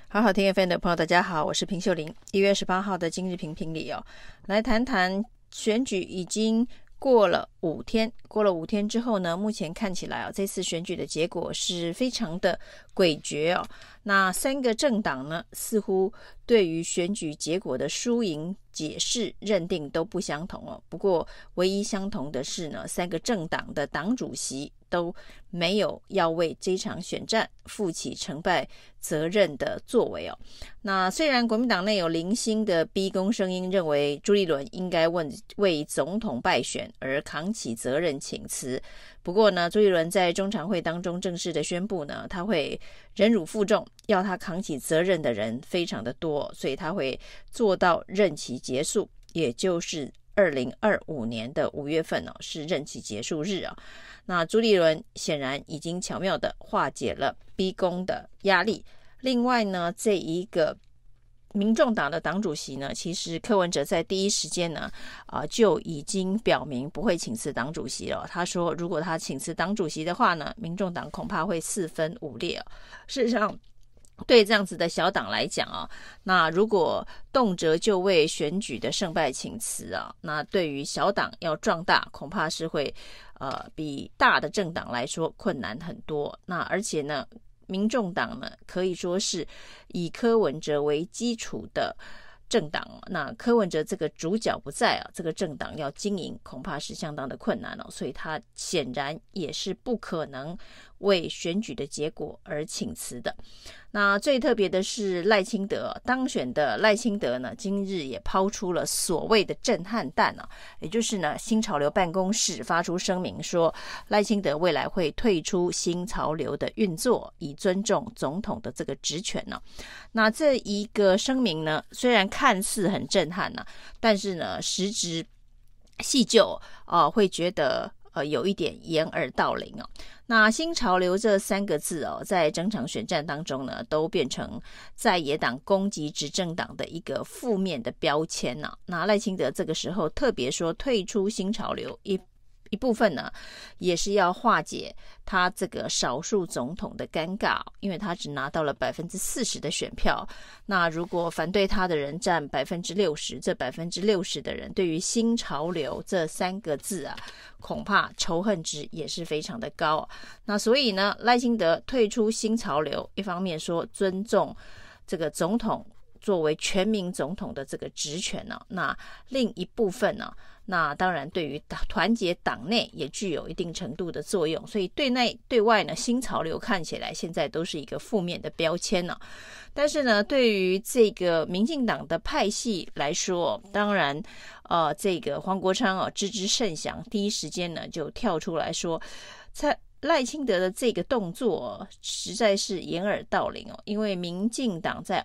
好好听 FM 的朋友大家好，我是平秀玲。1月18号的今日评评里来谈谈选举已经过了5天之后呢，目前看起来这次选举的结果是非常的诡谲那3个政党呢，似乎对于选举结果的输赢解释认定都不相同不过唯一相同的是呢，3个政党的党主席都没有要为这场选战负起成败责任的作为那虽然国民党内有零星的逼宫声音，认为朱立伦应该为总统败选而扛起责任请辞，不过呢，朱立伦在中常会当中正式的宣布呢，他会忍辱负重，要他扛起责任的人非常的多，所以他会做到任期结束，也就是2025年的5月份是任期结束日那朱立伦显然已经巧妙的化解了逼宫的压力。另外呢，这一个民众党的党主席呢，其实柯文哲在第一时间呢就已经表明不会请辞党主席了。他说如果他请辞党主席的话呢，民众党恐怕会4分5裂事实上对这样子的小党来讲那如果动辄就为选举的胜败请辞那对于小党要壮大恐怕是会比大的政党来说困难很多。那而且呢，民众党呢可以说是以柯文哲为基础的政党，那柯文哲这个主角不在这个政党要经营恐怕是相当的困难所以他显然也是不可能为选举的结果而请辞的。那最特别的是赖清德当选的赖清德呢，今日也抛出了所谓的震撼弹也就是呢，新潮流办公室发出声明说，赖清德未来会退出新潮流的运作，以尊重总统的这个职权那这一个声明呢，虽然看似很震撼但是呢，实质细究会觉得有一点掩耳盗铃那新潮流这3个字在整场选战当中呢，都变成在野党攻击执政党的一个负面的标签那赖清德这个时候特别说退出新潮流一部分呢，也是要化解他这个少数总统的尴尬因为他只拿到了40%的选票。那如果反对他的人占60%，这60%的人对于新潮流这3个字恐怕仇恨值也是非常的高。那所以呢，赖清德退出新潮流，一方面说尊重这个总统作为全民总统的这个职权那另一部分那当然对于团结党内也具有一定程度的作用，所以对内对外呢，新潮流看起来现在都是一个负面的标签但是呢，对于这个民进党的派系来说，当然这个黄国昌知之甚详，第一时间呢就跳出来说赖清德的这个动作实在是掩耳盗铃因为民进党在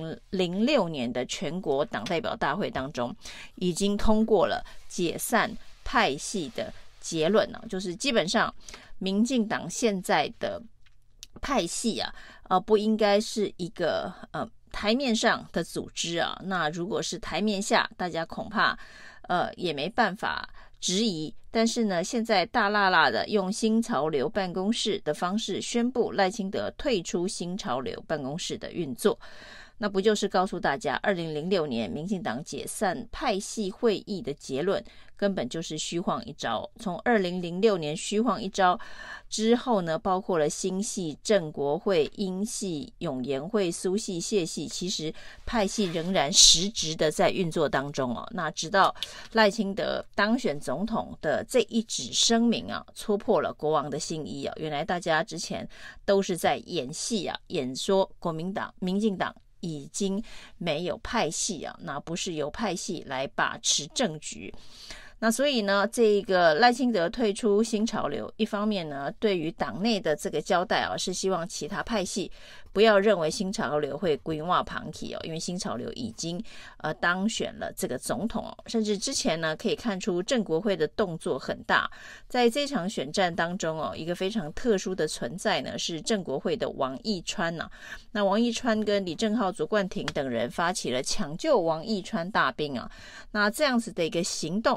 2006年的全国党代表大会当中已经通过了解散派系的结论就是基本上民进党现在的派系不应该是一个台面上的组织那如果是台面下，大家恐怕也没办法质疑。但是呢，现在大辣辣的用新潮流办公室的方式宣布赖清德退出新潮流办公室的运作，那不就是告诉大家2006年民进党解散派系会议的结论根本就是虚晃一招。从2006年虚晃一招之后呢，包括了新系、正国会、英系、永延会、苏系、谢系，其实派系仍然实质的在运作当中那直到赖清德当选总统的这一纸声明戳破了国王的心意原来大家之前都是在演戏演说国民党、民进党已经没有派系那不是由派系来把持政局。那所以呢，这个赖清德退出新潮流，一方面呢，对于党内的这个交代是希望其他派系不要认为新潮流会规划旁体因为新潮流已经当选了这个总统甚至之前呢可以看出正国会的动作很大。在这场选战当中一个非常特殊的存在呢是正国会的王义川那王义川跟李正皓、卓冠廷等人发起了抢救王义川大兵那这样子的一个行动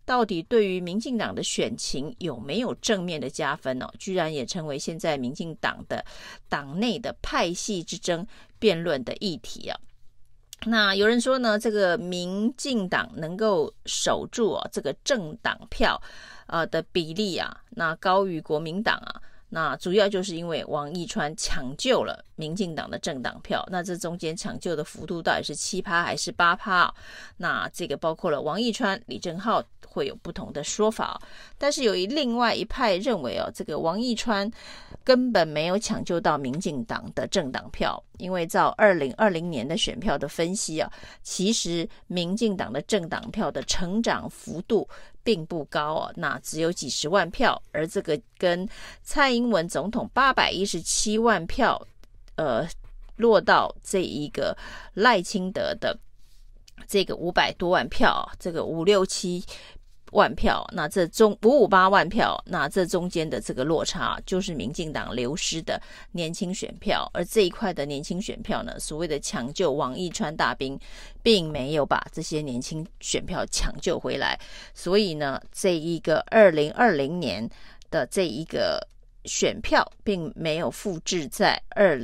到底对于民进党的选情有没有正面的加分居然也成为现在民进党的党内的派系之争辩论的议题那有人说呢，这个民进党能够守住这个政党票的比例那高于国民党那主要就是因为王义川抢救了民进党的政党票，那这中间抢救的幅度到底是7%还是8%那这个包括了王义川、李正皓会有不同的说法但是有另外一派认为这个王义川根本没有抢救到民进党的政党票，因为照2020年的选票的分析其实民进党的政党票的成长幅度并不高那只有几十万票，而这个跟蔡英文总统817万票落到这一个赖清德的这个500多万票，这个567万票，那这558万票，那这中间的这个落差就是民进党流失的年轻选票，而这一块的年轻选票呢，所谓的抢救王义川大兵并没有把这些年轻选票抢救回来，所以呢这一个2020年的这一个选票并没有复制在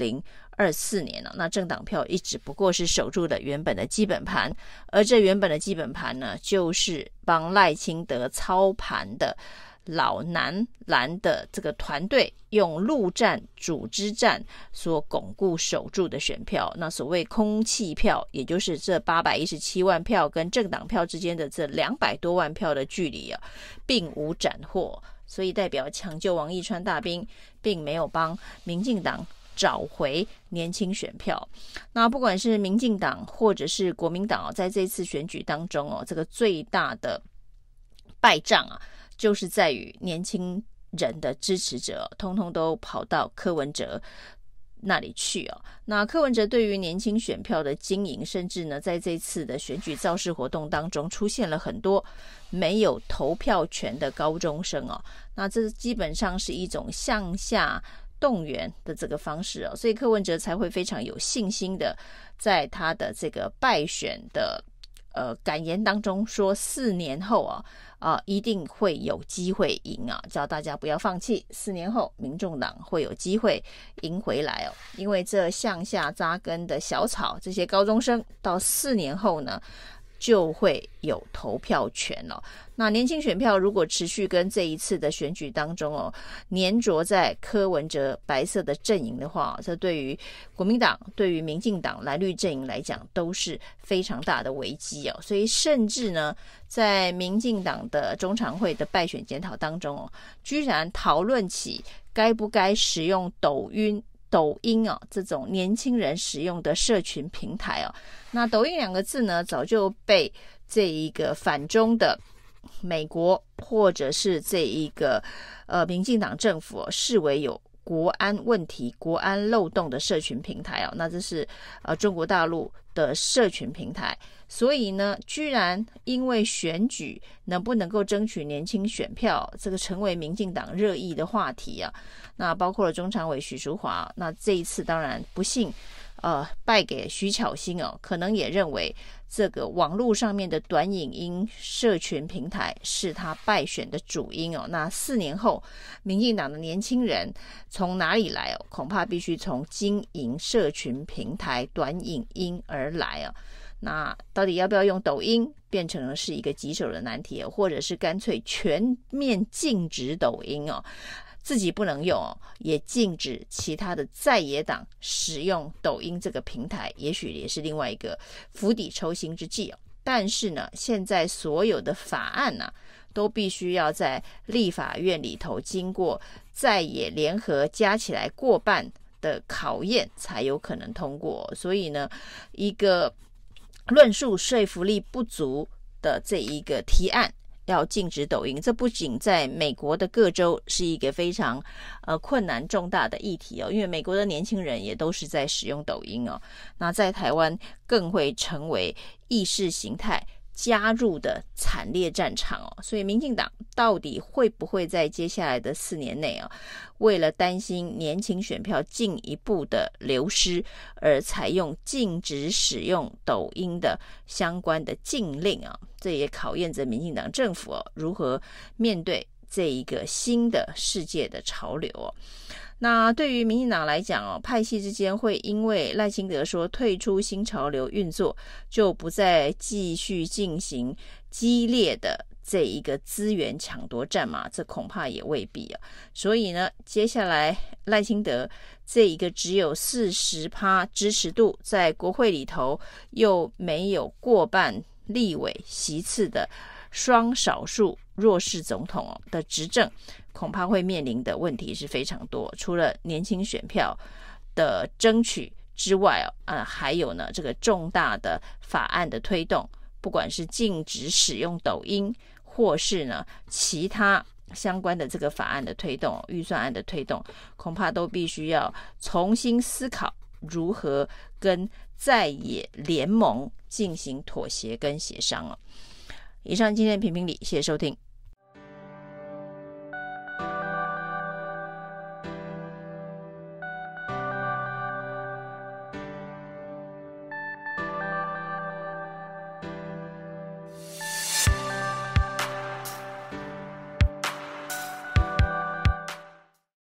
2024年那政党票一直不过是守住了原本的基本盘，而这原本的基本盘呢，就是帮赖清德操盘的老南蓝的这个团队用陆战、组织战所巩固守住的选票。那所谓空气票，也就是这817万票跟政党票之间的这200多万票的距离并无斩获，所以代表抢救王义川大兵并没有帮民进党找回年轻选票。那不管是民进党或者是国民党在这次选举当中这个最大的败仗就是在于年轻人的支持者通通都跑到柯文哲那里去那柯文哲对于年轻选票的经营，甚至呢在这次的选举造势活动当中出现了很多没有投票权的高中生那这基本上是一种向下动员的这个方式所以柯文哲才会非常有信心的在他的这个败选的感言当中说4年后一定会有机会赢叫大家不要放弃，4年后民众党会有机会赢回来因为这向下扎根的小草，这些高中生到4年后呢就会有投票权那年轻选票如果持续跟这一次的选举当中粘着在柯文哲白色的阵营的话，这对于国民党、对于民进党蓝绿阵营来讲都是非常大的危机所以甚至呢在民进党的中常会的败选检讨当中居然讨论起该不该使用抖音这种年轻人使用的社群平台那抖音2个字呢早就被这一个反中的美国或者是这一个民进党政府视为有国安问题、国安漏洞的社群平台那这是中国大陆的社群平台，所以呢居然因为选举能不能够争取年轻选票，这个成为民进党热议的话题那包括了中常委许淑华，那这一次当然不幸败给徐巧芯可能也认为这个网络上面的短影音社群平台是他败选的主因那4年后民进党的年轻人从哪里来恐怕必须从经营社群平台短影音而来那到底要不要用抖音变成了是一个棘手的难题或者是干脆全面禁止抖音自己不能用也禁止其他的在野党使用抖音这个平台，也许也是另外一个釜底抽薪之计但是呢现在所有的法案都必须要在立法院里头经过在野联合加起来过半的考验才有可能通过，所以呢一个论述说服力不足的这一个提案要禁止抖音，这不仅在美国的各州是一个非常困难重大的议题因为美国的年轻人也都是在使用抖音那在台湾更会成为意识形态加入的惨烈战场所以民进党到底会不会在接下来的4年内为了担心年轻选票进一步的流失而采用禁止使用抖音的相关的禁令这也考验着民进党政府如何面对这一个新的世界的潮流那对于民进党来讲派系之间会因为赖清德说退出新潮流运作，就不再继续进行激烈的这一个资源抢夺战嘛，这恐怕也未必所以呢，接下来赖清德这一个只有40%支持度，在国会里头又没有过半立委席次的双少数弱势总统的执政，恐怕会面临的问题是非常多，除了年轻选票的争取之外还有呢这个重大的法案的推动，不管是禁止使用抖音，或是呢其他相关的这个法案的推动，预算案的推动，恐怕都必须要重新思考如何跟在野联盟进行妥协跟协商以上今天的评评理，谢谢收听。